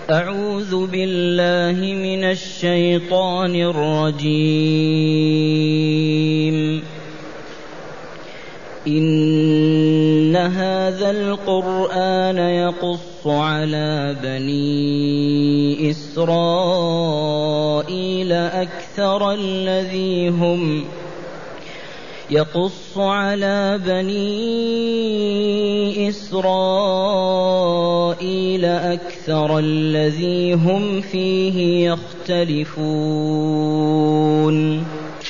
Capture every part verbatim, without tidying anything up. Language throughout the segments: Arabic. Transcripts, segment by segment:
أعوذ بالله من الشيطان الرجيم. إن هذا القرآن يقص على بني إسرائيل أكثر الذي هم يقص على بني إسرائيل أكثر الذي هم فيه يختلفون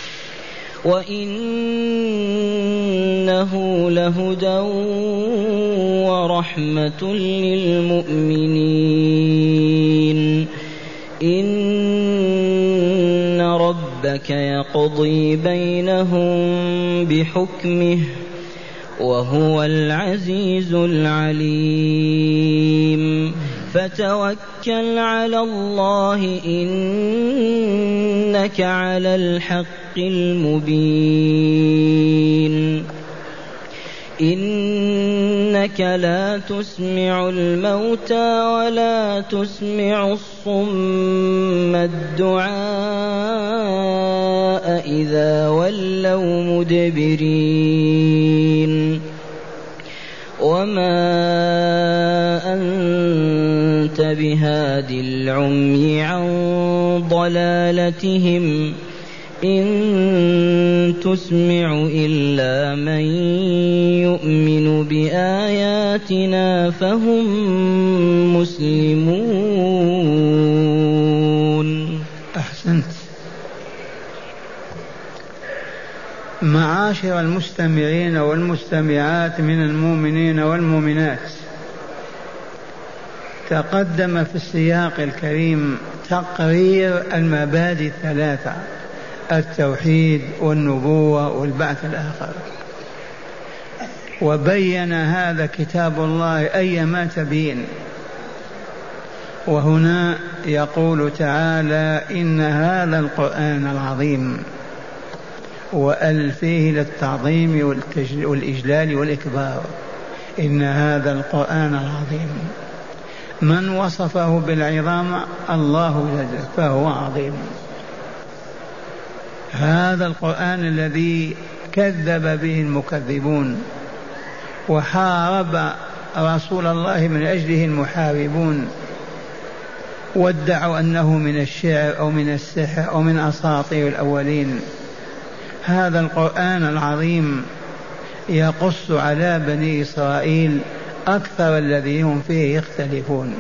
وإنه لهدى ورحمة للمؤمنين. إن ربك يقضي بينهم بحكمه وهو العزيز العليم. فتوكل على الله إنك على الحق المبين. إنك لا تسمع الموتى ولا تسمع الصم الدعاء إذا ولوا مدبرين. وما أنت بهاد العمي عن ضلالتهم إن تسمع إلا من يؤمن بآياتنا فهم مسلمون. أحسنت. معاشر المستمعين والمستمعات من المؤمنين والمؤمنات، تقدم في السياق الكريم تقرير المبادئ الثلاثة: التوحيد والنبوة والبعث الآخر. وبين هذا كتاب الله أيما تبين. وهنا يقول تعالى: إن هذا القرآن العظيم، وأل فيه للتعظيم والإجلال والإكبار. إن هذا القرآن العظيم، من وصفه بالعظام؟ الله جل فهو عظيم. هذا القرآن الذي كذب به المكذبون وحارب رسول الله من أجله المحاربون، وادعوا أنه من الشعر أو من السحر أو من أساطير الأولين. هذا القرآن العظيم يقص على بني إسرائيل أكثر الذي هم فيه يختلفون.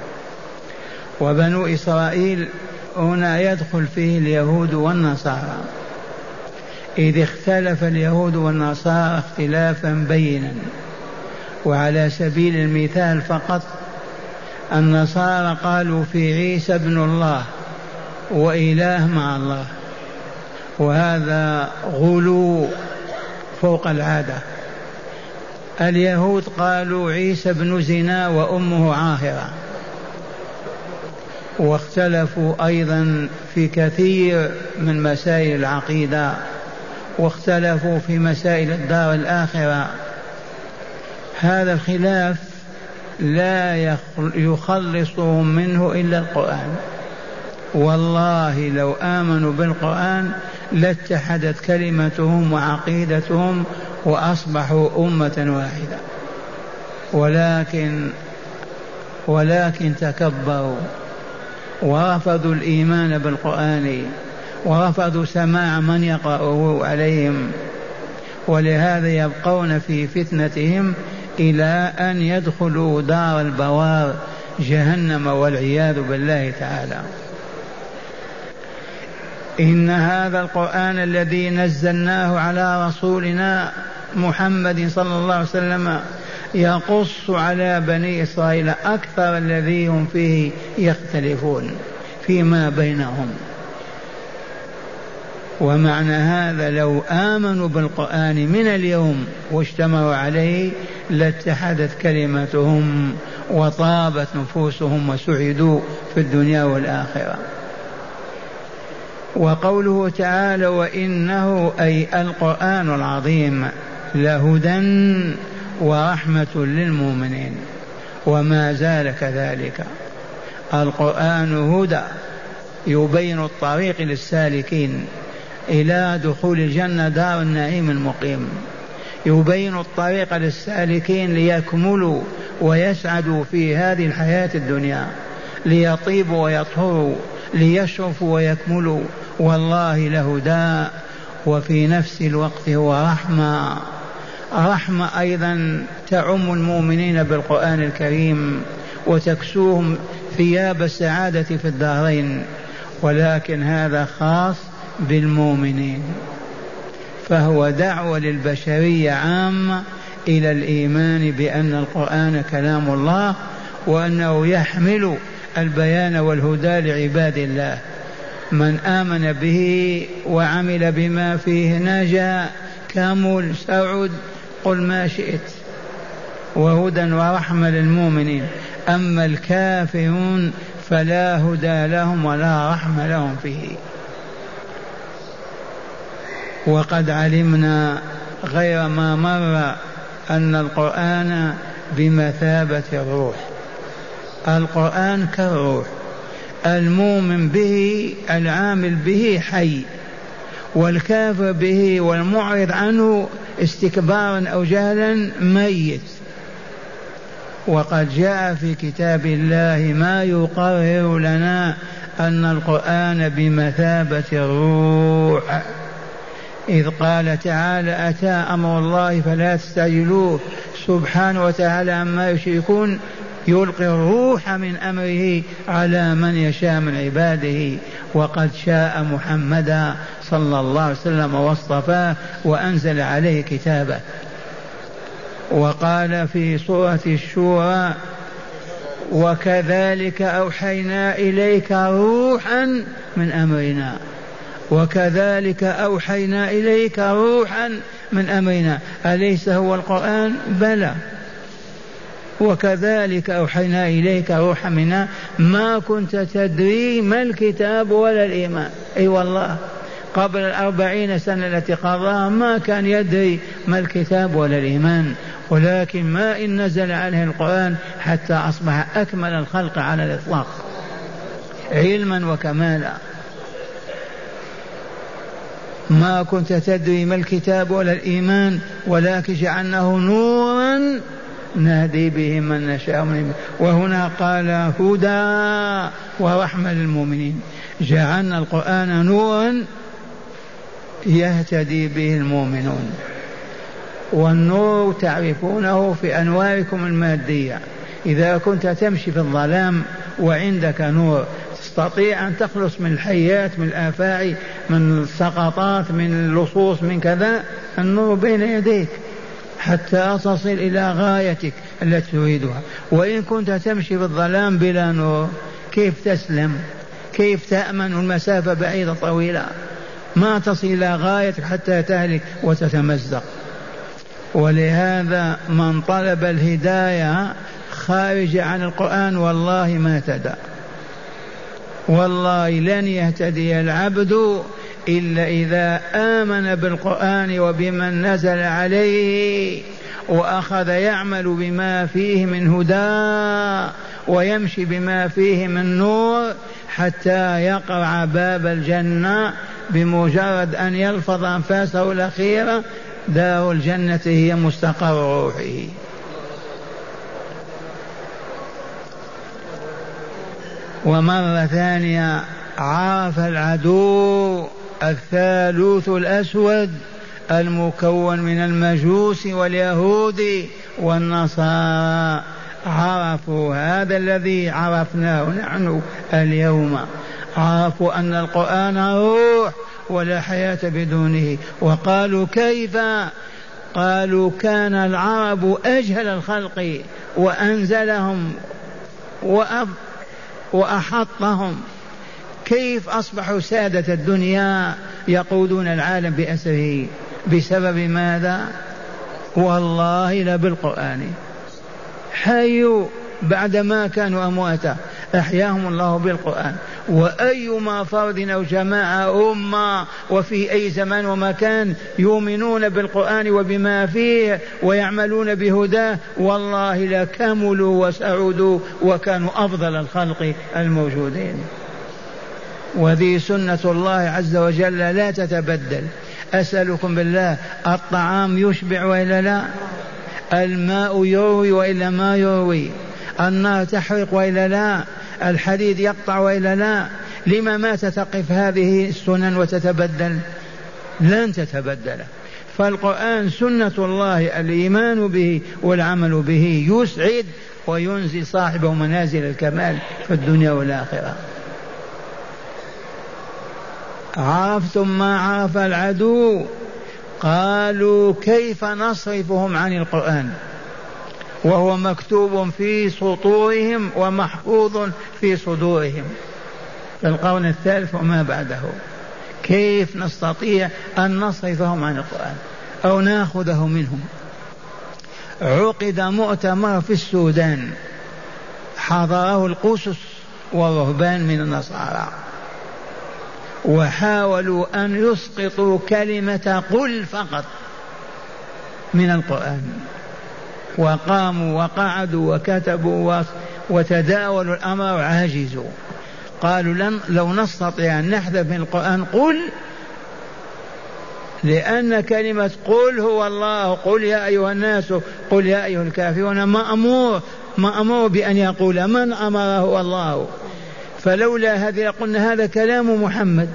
وبنو إسرائيل هنا يدخل فيه اليهود والنصارى، إذ اختلف اليهود والنصارى اختلافا بينا. وعلى سبيل المثال فقط، النصارى قالوا في عيسى ابن الله وإله مع الله، وهذا غلو فوق العادة. اليهود قالوا عيسى ابن زنا وأمه عاهرة. واختلفوا أيضا في كثير من مسائل العقيدة، واختلفوا في مسائل الدار الآخرة. هذا الخلاف لا يخلصهم منه إلا القرآن. والله لو آمنوا بالقرآن لاتحدت كلمتهم وعقيدتهم وأصبحوا أمة واحدة. ولكن ولكن تكبروا ورفضوا الإيمان بالقرآن، ورفضوا سماع من يقرأه عليهم. ولهذا يبقون في فتنتهم إلى أن يدخلوا دار البوار جهنم والعياذ بالله تعالى. إن هذا القرآن الذي نزلناه على رسولنا محمد صلى الله عليه وسلم يقص على بني إسرائيل أكثر الذي هم فيه يختلفون فيما بينهم. ومعنى هذا لو آمنوا بالقرآن من اليوم واجتمعوا عليه لاتحدت كلمتهم وطابت نفوسهم وسعدوا في الدنيا والآخرة. وقوله تعالى: وإنه أي القرآن العظيم لهدى ورحمة للمؤمنين. وما زال كذلك. القرآن هدى يبين الطريق للسالكين إلى دخول الجنة دار النعيم المقيم، يبين الطريق للسالكين ليكملوا ويسعدوا في هذه الحياة الدنيا، ليطيبوا ويطهروا، ليشرفوا ويكملوا. والله لهدى، وفي نفس الوقت هو رحمة، رحمة أيضا تعم المؤمنين بالقرآن الكريم وتكسوهم ثياب السعادة في الدارين، ولكن هذا خاص بالمؤمنين، فهو دعوة للبشرية عامة إلى الإيمان بأن القرآن كلام الله، وأنه يحمل البيان والهدى لعباد الله. من آمن به وعمل بما فيه نجا، كمل، سعد، قل ما شئت، وهدى ورحمة للمؤمنين. أما الكافرون فلا هدى لهم ولا رحمة لهم فيه. وقد علمنا غير ما مر أن القرآن بمثابة الروح، القرآن كالروح، المؤمن به العامل به حي، والكافر به والمعرض عنه استكبارا أو جهلا ميت. وقد جاء في كتاب الله ما يقرر لنا أن القرآن بمثابة الروح، إذ قال تعالى: أتى أمر الله فلا تستعجلوه، سبحانه وتعالى عما يشركون، يلقي الروح من أمره على من يشاء من عباده. وقد شاء محمدا صلى الله عليه وسلم واصطفاه وأنزل عليه كتابه. وقال في سورة الشورى: وكذلك أوحينا إليك روحا من أمرنا، وكذلك أوحينا إليك روحا من أمرنا. أليس هو القرآن؟ بلى. وكذلك أوحينا إليك روحا منا ما كنت تدري ما الكتاب ولا الإيمان. أي أيوة والله، قبل الأربعين سنة التي قضاها ما كان يدري ما الكتاب ولا الإيمان، ولكن ما إن نزل عليه القرآن حتى أصبح أكمل الخلق على الإطلاق علما وكمالا. ما كنت تدري ما الكتاب ولا الإيمان، ولكن جعلناه نورا نهدي به من نشاء من. وهنا قال هدى ورحمة للمؤمنين، جعلنا القرآن نورا يهتدي به المؤمنون. والنور تعرفونه في أنواركم المادية، إذا كنت تمشي في الظلام وعندك نور تستطيع أن تخلص من الحيات، من الآفاعي، من السقطات، من اللصوص، من كذا. النور بين يديك حتى تصل إلى غايتك التي تريدها. وإن كنت تمشي في الظلام بلا نور كيف تسلم؟ كيف تأمن؟ المسافة بعيدة طويلة، ما تصل إلى غايتك حتى تهلك وتتمزق. ولهذا من طلب الهداية خارج عن القرآن والله ما اهتدى، والله لن يهتدي العبد إلا إذا آمن بالقرآن وبمن نزل عليه، وأخذ يعمل بما فيه من هدى ويمشي بما فيه من نور، حتى يقرع باب الجنة. بمجرد أن يلفظ أنفاسه الأخيرة دار الجنة هي مستقر روحه. ومرة ثانية عرف العدو الثالوث الأسود المكون من المجوس واليهود والنصارى، عرفوا هذا الذي عرفناه نحن اليوم، عرفوا أن القرآن روح ولا حياة بدونه. وقالوا كيف؟ قالوا كان العرب أجهل الخلق وأنزلهم وأب وأحطهم، كيف أصبحوا سادة الدنيا يقودون العالم بأسره؟ بسبب ماذا؟ والله لا بالقرآن. حيوا بعدما كانوا أمواتا، أحياهم الله بالقرآن. وأيما فرد أو جماعة أمة وفي أي زمان ومكان يؤمنون بالقرآن وبما فيه ويعملون بهداه والله لكملوا وسعدوا وكانوا أفضل الخلق الموجودين. وذي سنة الله عز وجل لا تتبدل. أسألكم بالله، الطعام يشبع وإلا لا؟ الماء يروي وإلا ما يروي؟ النار تحرق وإلا لا؟ الحديد يقطع وإلا لا؟ لما ما تتقف هذه السنن وتتبدل؟ لن تتبدل. فالقرآن سنة الله، الإيمان به والعمل به يسعد وينزل صاحبه منازل الكمال في الدنيا والآخرة. عرفتم ما عرف العدو؟ قالوا كيف نصرفهم عن القرآن وهو مكتوب في سطورهم ومحفوظ في صدورهم في القرن الثالث وما بعده. كيف نستطيع أن نصرفهم عن القرآن أو ناخذه منهم؟ عقد مؤتمر في السودان حضره القسس والرهبان من النصارى، وحاولوا أن يسقطوا كلمة قل فقط من القرآن، وقاموا وقعدوا وكتبوا وتداولوا الأمر وعاجزوا. قالوا لن لو نستطيع أن نحذف من القرآن قل، لأن كلمة قل هو الله، قل يا أيها الناس، قل يا أيها الكافرون، مأمور مأمور بأن يقول، من أمره؟ الله. فلولا هذه قلنا هذا كلام محمد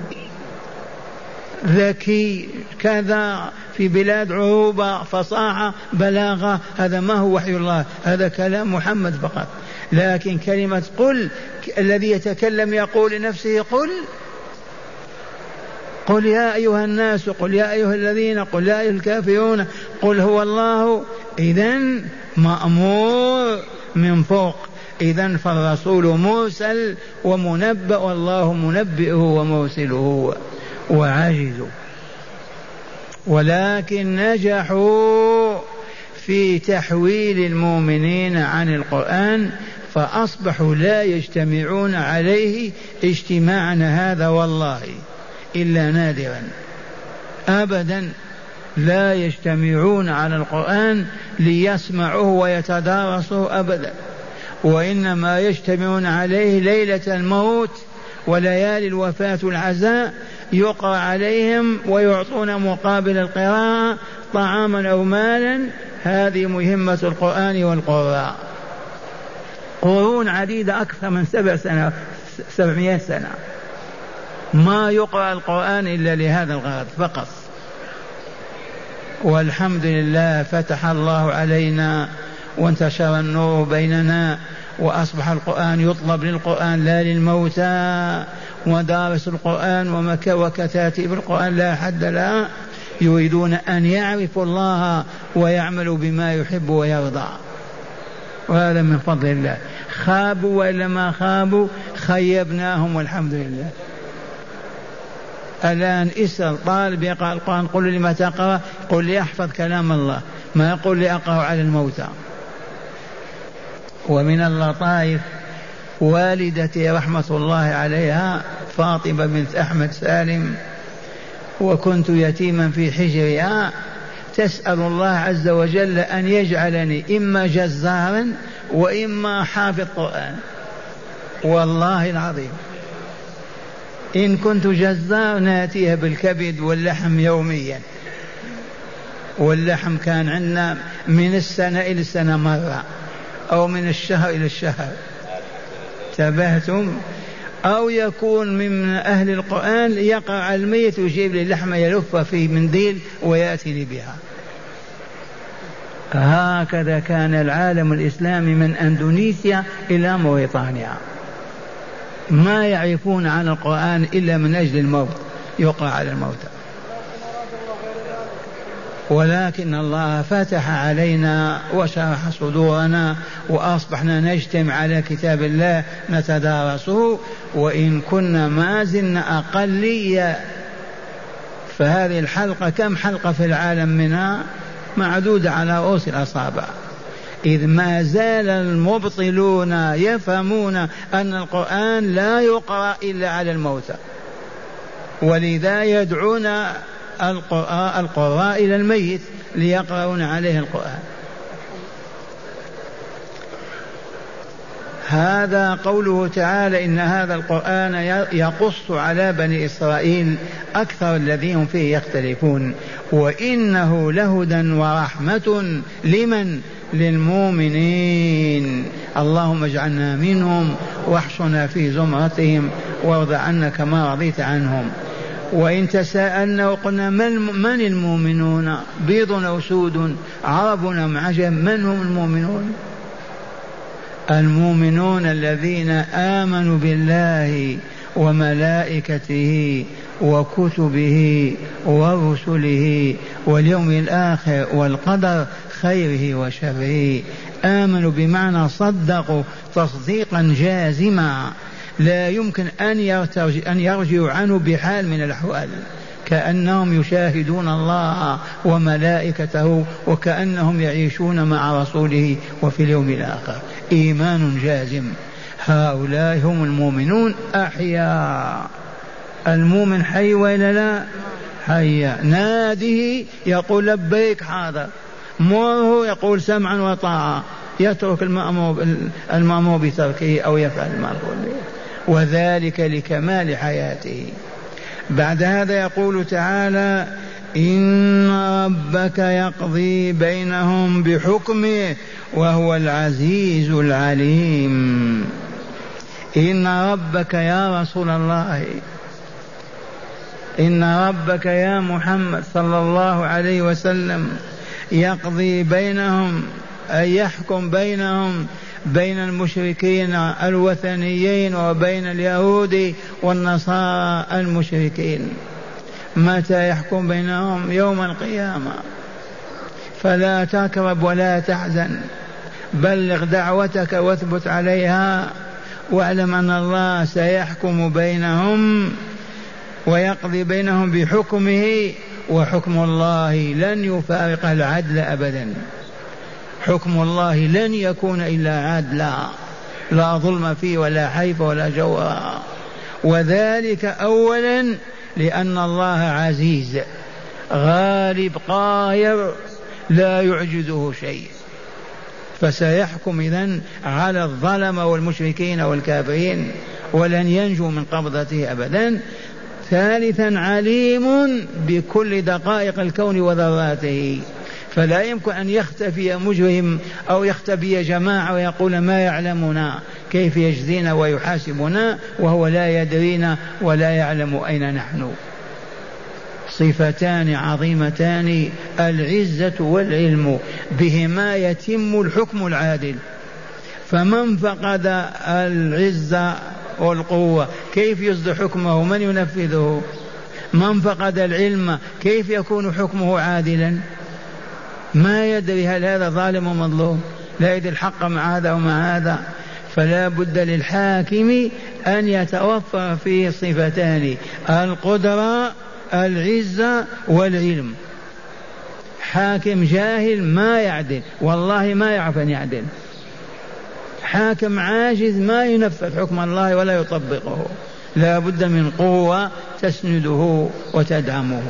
ذكي كذا في بلاد عروبة فصاحة بلاغة، هذا ما هو وحي الله، هذا كلام محمد فقط. لكن كلمة قل، الذي يتكلم يقول لنفسه قل، قل يا أيها الناس، قل يا أيها الذين، قل يا أيها الكافرون، قل هو الله. إذن مأمور من فوق. إذن فالرسول مرسل ومنبأ، والله منبئه ومرسله، وعجزوا. ولكن نجحوا في تحويل المؤمنين عن القرآن، فأصبحوا لا يجتمعون عليه اجتماعنا هذا والله إلا نادرا، أبدا لا يجتمعون على القرآن ليسمعوه ويتدارسوه أبدا، وإنما يجتمعون عليه ليلة الموت وليالي الوفاة العزاء، يقرأ عليهم ويعطون مقابل القراءة طعاما أو مالا. هذه مهمة القرآن والقراء. قرون عديدة أكثر من سبع سنة سبعمائة سنة ما يقرأ القرآن إلا لهذا الغرض فقط. والحمد لله فتح الله علينا وانتشر النور بيننا، وأصبح القرآن يطلب للقرآن لا للموتى، ودارس القرآن وكتاتيب القرآن لا حد لها، يريدون أن يعرفوا الله ويعملوا بما يحب ويرضى، وهذا من فضل الله. خابوا وإلا ما خابوا خيبناهم والحمد لله. الآن اسأل طالب يقرأ القرآن قل لي ما تقرأ، قل لي أحفظ كلام الله، ما يقول لي أقرأ على الموتى. ومن اللطائف والدتي رحمة الله عليها فاطمة بنت أحمد سالم، وكنت يتيما في حجرها، تسأل الله عز وجل أن يجعلني إما جزارا وإما حافظ قرآن. والله العظيم إن كنت جزار ناتيها بالكبد واللحم يوميا، واللحم كان عندنا من السنة إلى السنة مرة، أو من الشهر إلى الشهر، تبهتم. أو يكون من أهل القرآن يقع على الميت ويجيب لي لحمة يلف في منديل ويأتي بها. هكذا كان العالم الإسلامي من أندونيسيا إلى موريطانيا، ما يعرفون عن القرآن إلا من أجل الموت، يقع على الموتى. ولكن الله فتح علينا وشرح صدورنا، وأصبحنا نجتمع على كتاب الله نتدارسه، وإن كنا ما زلنا أقلية. فهذه الحلقة كم حلقة في العالم منها؟ معدودة على رؤوس الأصابع. إذ ما زال المبطلون يفهمون أن القرآن لا يقرأ إلا على الموتى، ولذا يدعون القراء, القراء إلى الميت ليقرؤون عليه القرآن. هذا قوله تعالى إن هذا القرآن يقص على بني إسرائيل أكثر الذين فيه يختلفون، وإنه لهدى ورحمة لمن؟ للمؤمنين. اللهم اجعلنا منهم واحشنا في زمرتهم وارض عنا كما رضيت عنهم. وإن تساءلنا وقلنا من المؤمنون؟ بيض أو سود، عرب أم عجم؟ من هم المؤمنون؟ المؤمنون الذين آمنوا بالله وملائكته وكتبه ورسله واليوم الآخر والقدر خيره وشره. آمنوا بمعنى صدقوا تصديقا جازما لا يمكن أن يرجعوا عنه بحال من الأحوال، كأنهم يشاهدون الله وملائكته وكأنهم يعيشون مع رسوله وفي اليوم الآخر. إيمان جازم. هؤلاء هم المؤمنون أحياء. المؤمن حي وإلا لا؟ حي. ناده يقول لبيك حاضر، مره يقول سمعا وطاعة، يترك المأمور بتركه أو يفعل المأمور به، وذلك لكمال حياته. بعد هذا يقول تعالى إن ربك يقضي بينهم بحكمه وهو العزيز العليم. إن ربك يا رسول الله، إن ربك يا محمد صلى الله عليه وسلم يقضي بينهم أي يحكم بينهم، بين المشركين الوثنيين وبين اليهود والنصارى المشركين. متى يحكم بينهم؟ يوم القيامة. فلا تكرب ولا تحزن، بلغ دعوتك واثبت عليها، واعلم أن الله سيحكم بينهم ويقضي بينهم بحكمه، وحكم الله لن يفارق العدل أبدا. حكم الله لن يكون إلا عدلا، لا ظلم فيه ولا حيف ولا جور. وذلك أولا لأن الله عزيز غالب قاهر لا يعجزه شيء، فسيحكم إذن على الظلمة والمشركين والكافرين ولن ينجو من قبضته أبدا. ثالثا عليم بكل دقائق الكون وذراته، فلا يمكن أن يختفي مجرم أو يختفي جماعة ويقول ما يعلمنا، كيف يجزينا ويحاسبنا وهو لا يدرينا ولا يعلم أين نحن. صفتان عظيمتان، العزة والعلم، بهما يتم الحكم العادل. فمن فقد العزة والقوة كيف يصدر حكمه؟ من ينفذه؟ من فقد العلم كيف يكون حكمه عادلا؟ ما يدري هل هذا ظالم ومظلوم، لا يدري الحق مع هذا ومع هذا. فلا بد للحاكم أن يتوفر فيه صفتان، القدرة العزة والعلم. حاكم جاهل ما يعدل، والله ما يعرف أن يعدل. حاكم عاجز ما ينفذ حكم الله ولا يطبقه. لا بد من قوة تسنده وتدعمه.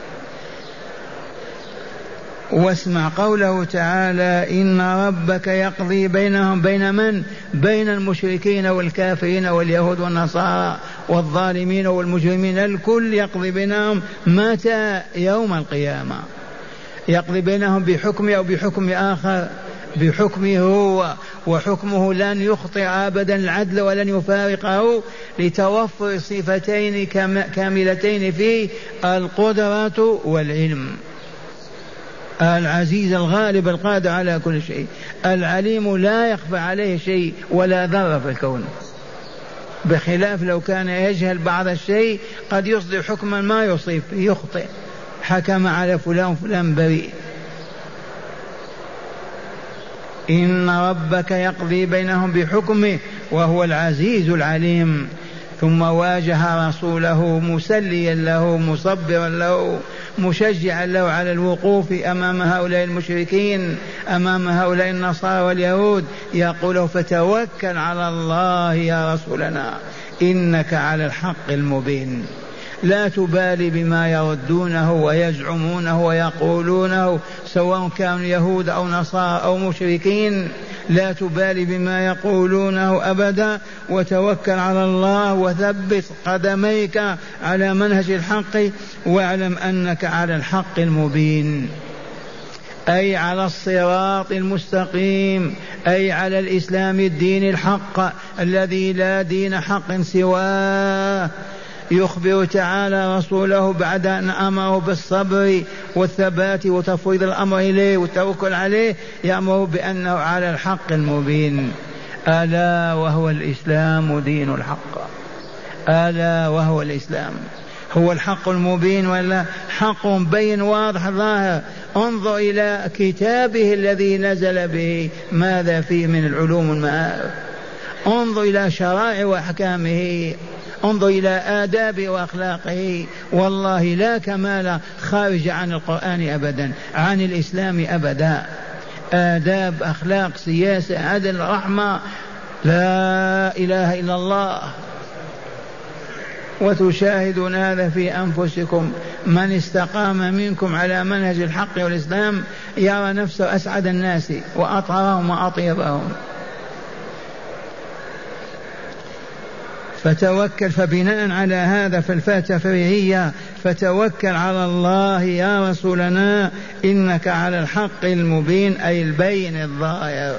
واسمع قوله تعالى إن ربك يقضي بينهم، بين من؟ بين المشركين والكافرين واليهود والنصارى والظالمين والمجرمين، الكل يقضي بينهم. متى؟ يوم القيامة. يقضي بينهم بحكمه أو بحكم آخر؟ بحكمه هو، وحكمه لن يخطئ أبدا العدل ولن يفارقه، لتوفر صفتين كاملتين فيه، القدرة والعلم. العزيز الغالب القادر على كل شيء، العليم لا يخفى عليه شيء ولا ذرة في الكون، بخلاف لو كان يجهل بعض الشيء قد يصدر حكما ما يصيب يخطئ، حكم على فلان فلان بريء. إن ربك يقضي بينهم بحكمه وهو العزيز العليم. ثم واجه رسوله مسليا له مصبرا له مشجعا له على الوقوف أمام هؤلاء المشركين، أمام هؤلاء النصارى واليهود، يقول له فتوكل على الله يا رسولنا إنك على الحق المبين. لا تبالي بما يردونه ويزعمونه ويقولونه سواء كانوا يهود أو نصارى أو مشركين، لا تبالي بما يقولونه أبدا، وتوكل على الله وثبت قدميك على منهج الحق، واعلم أنك على الحق المبين، أي على الصراط المستقيم، أي على الإسلام الدين الحق الذي لا دين حق سواه. يخبر تعالى رسوله بعد أن أمره بالصبر والثبات وتفويض الأمر إليه والتوكل عليه، يأمر بأنه على الحق المبين. ألا وهو الإسلام دين الحق، ألا وهو الإسلام هو الحق المبين، ولا حق بين واضح ظاهر. انظر إلى كتابه الذي نزل به ماذا فيه من العلوم والمعارف، انظر إلى شرائع وأحكامه، انظر إلى آدابه وأخلاقه. والله لا كمال خارج عن القرآن أبدا، عن الإسلام أبدا. آداب، أخلاق، سياسة، عدل، رحمة، لا إله إلا الله. وتشاهدون هذا في أنفسكم، من استقام منكم على منهج الحق والإسلام يرى نفسه أسعد الناس وأطهرهم وأطيبهم. فتوكل. فبناء على هذا فالفاتحة فرعية، فتوكل على الله يا رسولنا إنك على الحق المبين، أي البين الظاهر.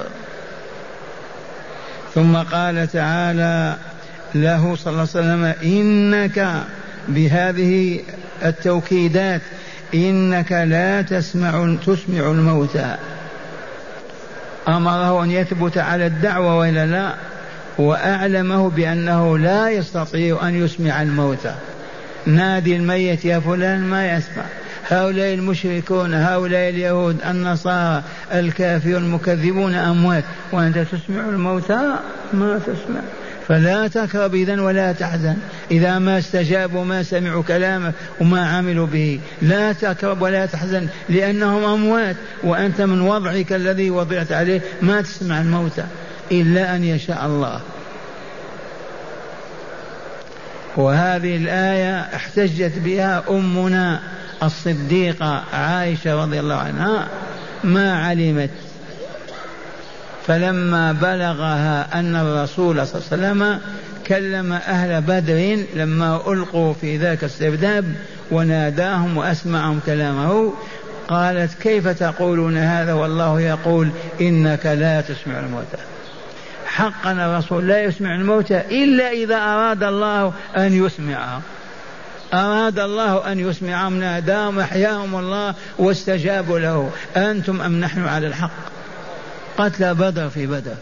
ثم قال تعالى له صلى الله عليه وسلم إنك، بهذه التوكيدات، إنك لا تسمع تسمع الموتى. أمره أن يثبت على الدعوة وإلا لا، وأعلمه بأنه لا يستطيع أن يسمع الموتى. نادي الميت يا فلان ما يسمع. هؤلاء المشركون، هؤلاء اليهود، النصارى، الكافرون، المكذبون أموات، وأنت تسمع الموتى؟ ما تسمع. فلا تكرب إذن ولا تحزن إذا ما استجابوا ما سمعوا كلامك وما عملوا به. لا تكرب ولا تحزن لأنهم أموات، وأنت من وضعك الذي وضعت عليه ما تسمع الموتى إلا أن يشاء الله. وهذه الآية احتجت بها أمنا الصديقة عائشة رضي الله عنها، ما علمت. فلما بلغها أن الرسول صلى الله عليه وسلم كلم أهل بدر لما ألقوا في ذاك السرداب وناداهم وأسمعهم كلامه، قالت كيف تقولون هذا والله يقول إنك لا تسمع الموتى. حقا الرسول لا يسمع الموتى إلا إذا أراد الله أن يسمعهم. أراد الله أن يسمعهم ناداهم أحياهم الله واستجابوا له. أنتم أم نحن على الحق؟ قتل بدر في بدر.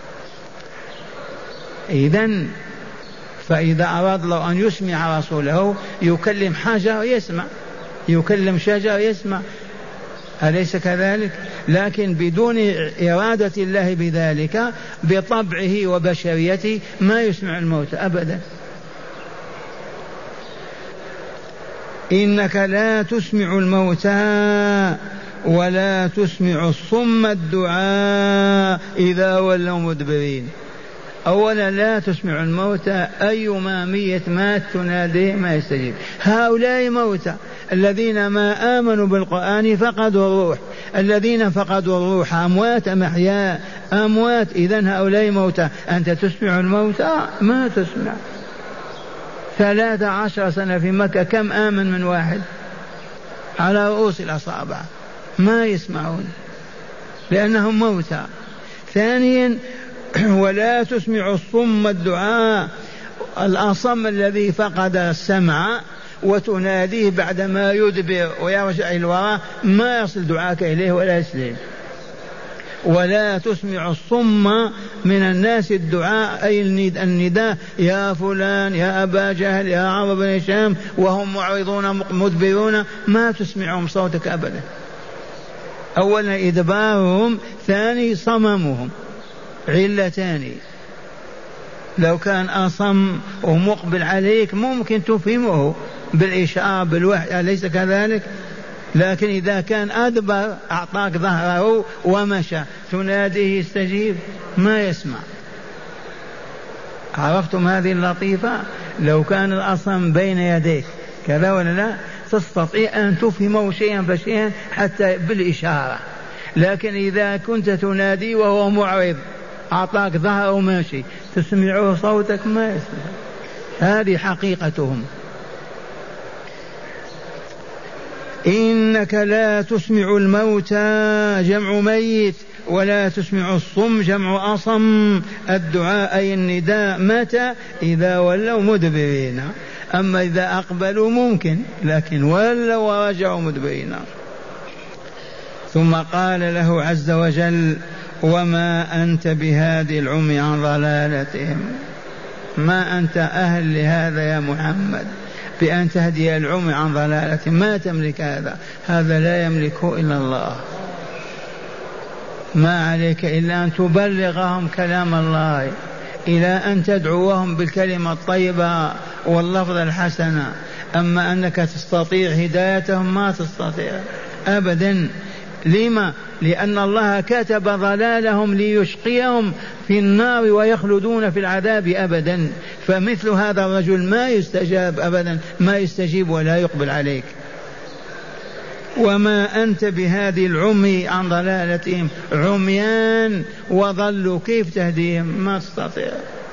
إذن فإذا أراد الله أن يسمع رسوله يكلم حجر يسمع، يكلم شجر يسمع، أليس كذلك؟ لكن بدون إرادة الله بذلك بطبعه وبشريته ما يسمع الموت أبدا. إنك لا تسمع الموتى ولا تسمع الصم الدعاء إذا ولوا مدبرين. أولا لا تسمع الموتى، أيما ميت مات تناديه ما يستجيب. هؤلاء موتى الذين ما آمنوا بالقرآن فقدوا الروح، الذين فقدوا الروح أموات أم أحياء؟ أموات. إذن هؤلاء موتى. أنت تسمع الموتى؟ ما تسمع. ثلاث عشر سنة في مكة كم آمن من واحد؟ على رؤوس الأصابع. ما يسمعون لأنهم موتى. ثانيا ولا تسمع الصم الدعاء، الأصم الذي فقد السمع وتناديه بعدما يدبر ويرجع الوراء ما يصل دعاك إليه ولا يسلم. ولا تسمع الصم من الناس الدعاء أي النداء يا فلان يا أبا جهل يا عمرو بن هشام وهم معرضون مدبرون، ما تسمعهم صوتك أبدا. أولا إدبارهم، ثاني صممهم، علتان. لو كان أصم ومقبل عليك ممكن تفهمه بالإشارة بالوحي، أليس كذلك؟ لكن إذا كان أدبر أعطاك ظهره ومشى تناديه يستجيب؟ ما يسمع. عرفتم هذه اللطيفة؟ لو كان الأصنام بين يديك كذا ولا لا تستطيع أن تفهمه شيئا فشيئا حتى بالإشارة، لكن إذا كنت تنادي وهو معرض أعطاك ظهره وماشي تسمعه صوتك ما يسمع. هذه حقيقتهم. إنك لا تسمع الموتى جمع ميت ولا تسمع الصم جمع أصم. الدعاء أي النداء متى؟ إذا ولوا مدبرين. أما إذا أقبلوا ممكن، لكن ولوا ورجعوا مدبرين. ثم قال له عز وجل وما أنت بهادي العمي عن ضلالتهم. ما أنت أهل لهذا يا محمد بأن تهدي العمي عن ضلالتهم، ما تملك هذا، هذا لا يملكه إلا الله. ما عليك إلا أن تبلغهم كلام الله، إلى أن تدعوهم بالكلمة الطيبة واللفظ الحسن. أما أنك تستطيع هدايتهم ما تستطيع أبدا. لما؟ لأن الله كتب ضلالهم ليشقيهم في النار ويخلدون في العذاب أبدا. فمثل هذا الرجل ما يستجاب أبدا، ما يستجيب ولا يقبل عليك. وما أنت بهذه العمي عن ضلالتهم، عميان وضلوا كيف تهديهم؟ ما تستطيع.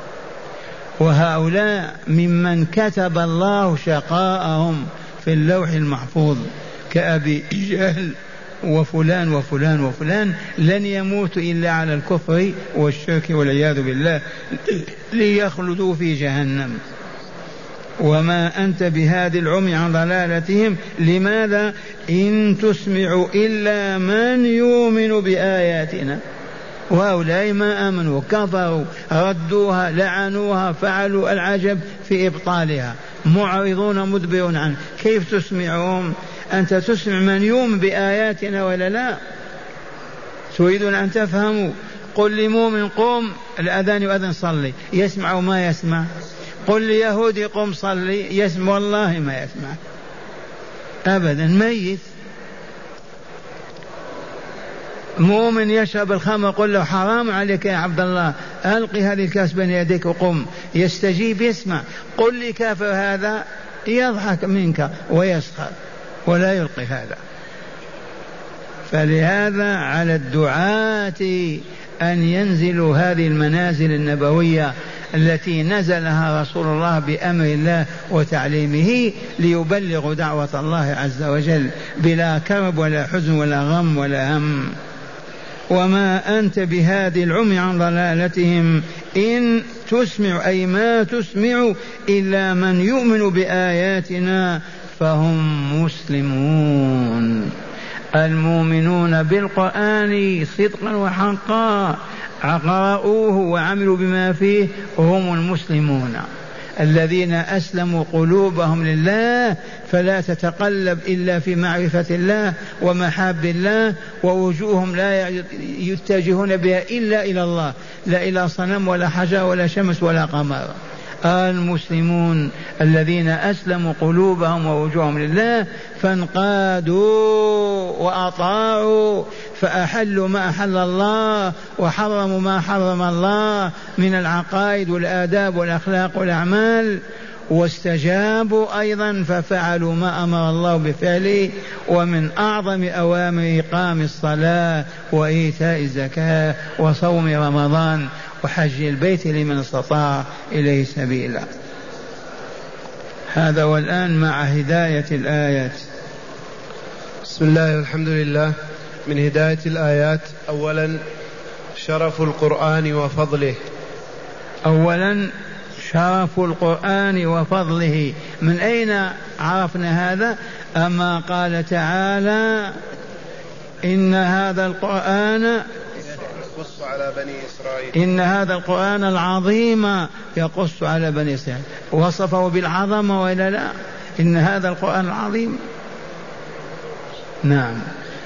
وهؤلاء ممن كتب الله شقاءهم في اللوح المحفوظ كأبي جهل وفلان وفلان وفلان، لن يموتوا إلا على الكفر والشرك والعياذ بالله ليخلدوا في جهنم. وما أنت بهادي العمي عن ضلالتهم. لماذا؟ إن تسمع إلا من يؤمن بآياتنا. وهؤلاء ما آمنوا، كفروا، ردوها، لعنوها، فعلوا العجب في إبطالها، معرضون مدبرون عنه. كيف تسمعهم؟ أنت تسمع من يؤمن بآياتنا ولا لا؟ تريدون أن تفهموا؟ قل لمؤمن قم الأذان يؤذن صلي، يسمع وما يسمع. قل ليهودي قم صلي، يسمع والله ما يسمع أبدا، ميت. مؤمن يشرب الخمر قل له حرام عليك يا عبد الله ألقي هذه الكاس بين يديك وقم، يستجيب يسمع. قل لي كافر هذا يضحك منك ويسخر ولا يلقي هذا. فلهذا على الدعاة أن ينزلوا هذه المنازل النبوية التي نزلها رسول الله بأمر الله وتعليمه ليبلغوا دعوة الله عز وجل بلا كرب ولا حزن ولا غم ولا هم. وما أنت بهادي العمي عن ضلالتهم إن تسمع أي ما تسمع إلا من يؤمن بآياتنا فهم مسلمون. المؤمنون بالقرآن صدقا وحقا قرأوه وعملوا بما فيه هم المسلمون الذين أسلموا قلوبهم لله، فلا تتقلب إلا في معرفة الله ومحاب الله، ووجوههم لا يتجهون بها إلا إلى الله، لا إلى صنم ولا حجر ولا شمس ولا قمر. المسلمون الذين أسلموا قلوبهم ووجوههم لله فانقادوا وأطاعوا فأحلوا ما أحل الله وحرموا ما حرم الله من العقائد والآداب والأخلاق والأعمال، واستجابوا أيضا ففعلوا ما أمر الله بفعله، ومن أعظم أوامر إقام الصلاة وإيتاء الزكاة وصوم رمضان وحج البيت لمن استطاع إليه سبيلا. هذا والآن مع هداية الآيات. بسم الله والحمد لله. من هداية الآيات أولا شرف القرآن وفضله. أولا شرف القرآن وفضله. من أين عرفنا هذا؟ أما قال تعالى إن هذا القرآن يقص على بني إسرائيل، إن هذا القرآن العظيم يقص على بني إسرائيل، وصفه بالعظمة وإلا لا؟ إن هذا القرآن العظيم. نعم.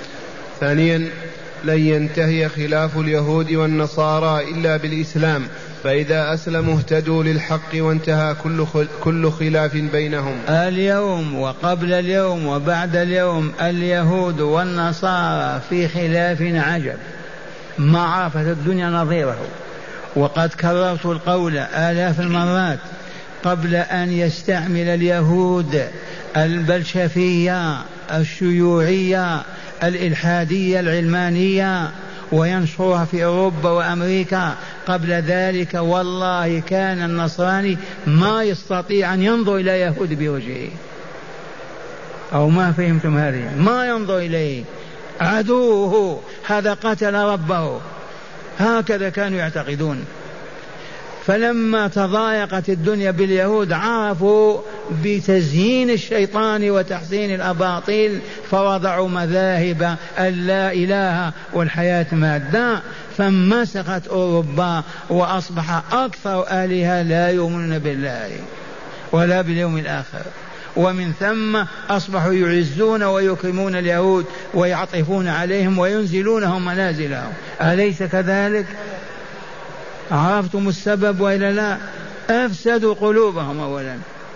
ثانيا لن ينتهي خلاف اليهود والنصارى إلا بالإسلام فإذا أسلموا اهتدوا للحق وانتهى كل كل خلاف بينهم. اليوم وقبل اليوم وبعد اليوم اليهود والنصارى في خلاف عجب ما عرفت الدنيا نظيره. وقد كررت القول آلاف المرات قبل أن يستعمل اليهود البلشفية الشيوعية الإلحادية العلمانية وينشرها في أوروبا وأمريكا. قبل ذلك والله كان النصراني ما يستطيع أن ينظر إلى يهود بوجهه، أو ما فهمتم هذه؟ ما ينظر إليه، عدوه، هذا قتل ربه، هكذا كانوا يعتقدون. فلما تضايقت الدنيا باليهود عرفوا بتزيين الشيطان وتحسين الأباطيل فوضعوا مذاهب اللا إله والحياة مادة، فانمسخت أوروبا وأصبح أكثر أهلها لا يؤمنون بالله ولا باليوم الآخر، ومن ثم أصبحوا يعزون ويكرمون اليهود ويعطفون عليهم وينزلونهم منازلهم. أليس كذلك؟ عرفتم السبب وإلا لا؟ أفسدوا قلوبهم أولا.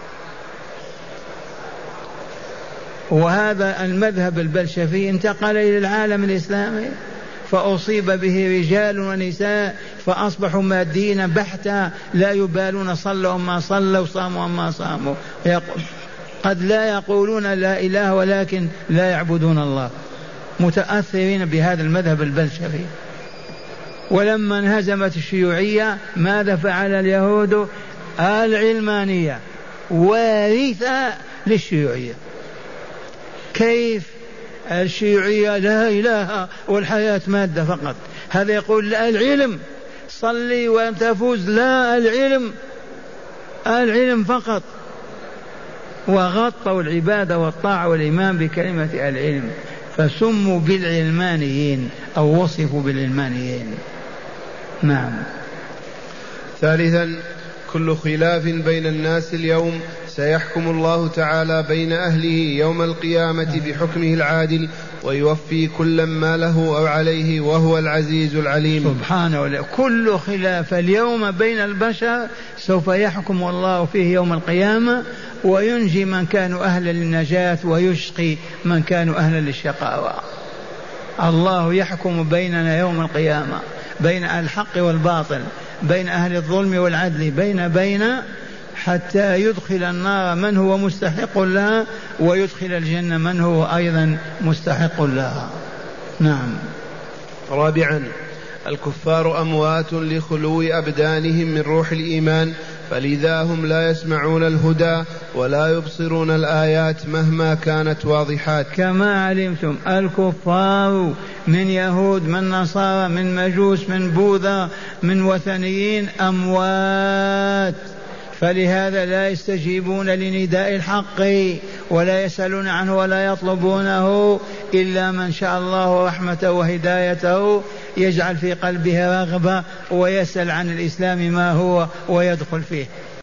وهذا المذهب البلشفي انتقل إلى العالم الإسلامي فأصيب به رجال ونساء فأصبحوا ماديين بحتا لا يبالون صلوا ما صلوا صاموا ما صاموا، قد لا يقولون لا إله ولكن لا يعبدون الله، متأثرين بهذا المذهب البلشفي. ولما انهزمت الشيوعية ماذا فعل اليهود؟ العلمانية وارثة للشيوعية. كيف؟ الشيوعية لا إله والحياة مادة فقط، هذا يقول لا العلم صلي وتفوز، لا العلم العلم فقط، وغطوا العبادة والطاعة والإيمان بكلمة العلم فسموا بالعلمانيين أو وصفوا بالعلمانيين. نعم. ثالثا كل خلاف بين الناس اليوم سيحكم الله تعالى بين أهله يوم القيامة بحكمه العادل ويوفي كل ما له أو عليه وهو العزيز العليم سبحانه وتعالى. كل خلاف اليوم بين البشر سوف يحكم الله فيه يوم القيامة وينجي من كانوا أهلا للنجاة ويشقي من كانوا أهلا للشقاوة. الله يحكم بيننا يوم القيامة بين الحق والباطل، بين أهل الظلم والعدل، بين بين حتى يدخل النار من هو مستحق لها ويدخل الجنة من هو أيضا مستحق لها. نعم. رابعا الكفار أموات لخلو أبدانهم من روح الإيمان، فلذا هم لا يسمعون الهدى ولا يبصرون الآيات مهما كانت واضحات. كما علمتم الكفار من يهود من نصارى من مجوس من بوذا من وثنيين أموات، فلهذا لا يستجيبون لنداء الحق ولا يسألون عنه ولا يطلبونه إلا من شاء الله رحمته وهدايته يجعل في قلبه رغبة ويسأل عن الإسلام ما هو ويدخل فيه.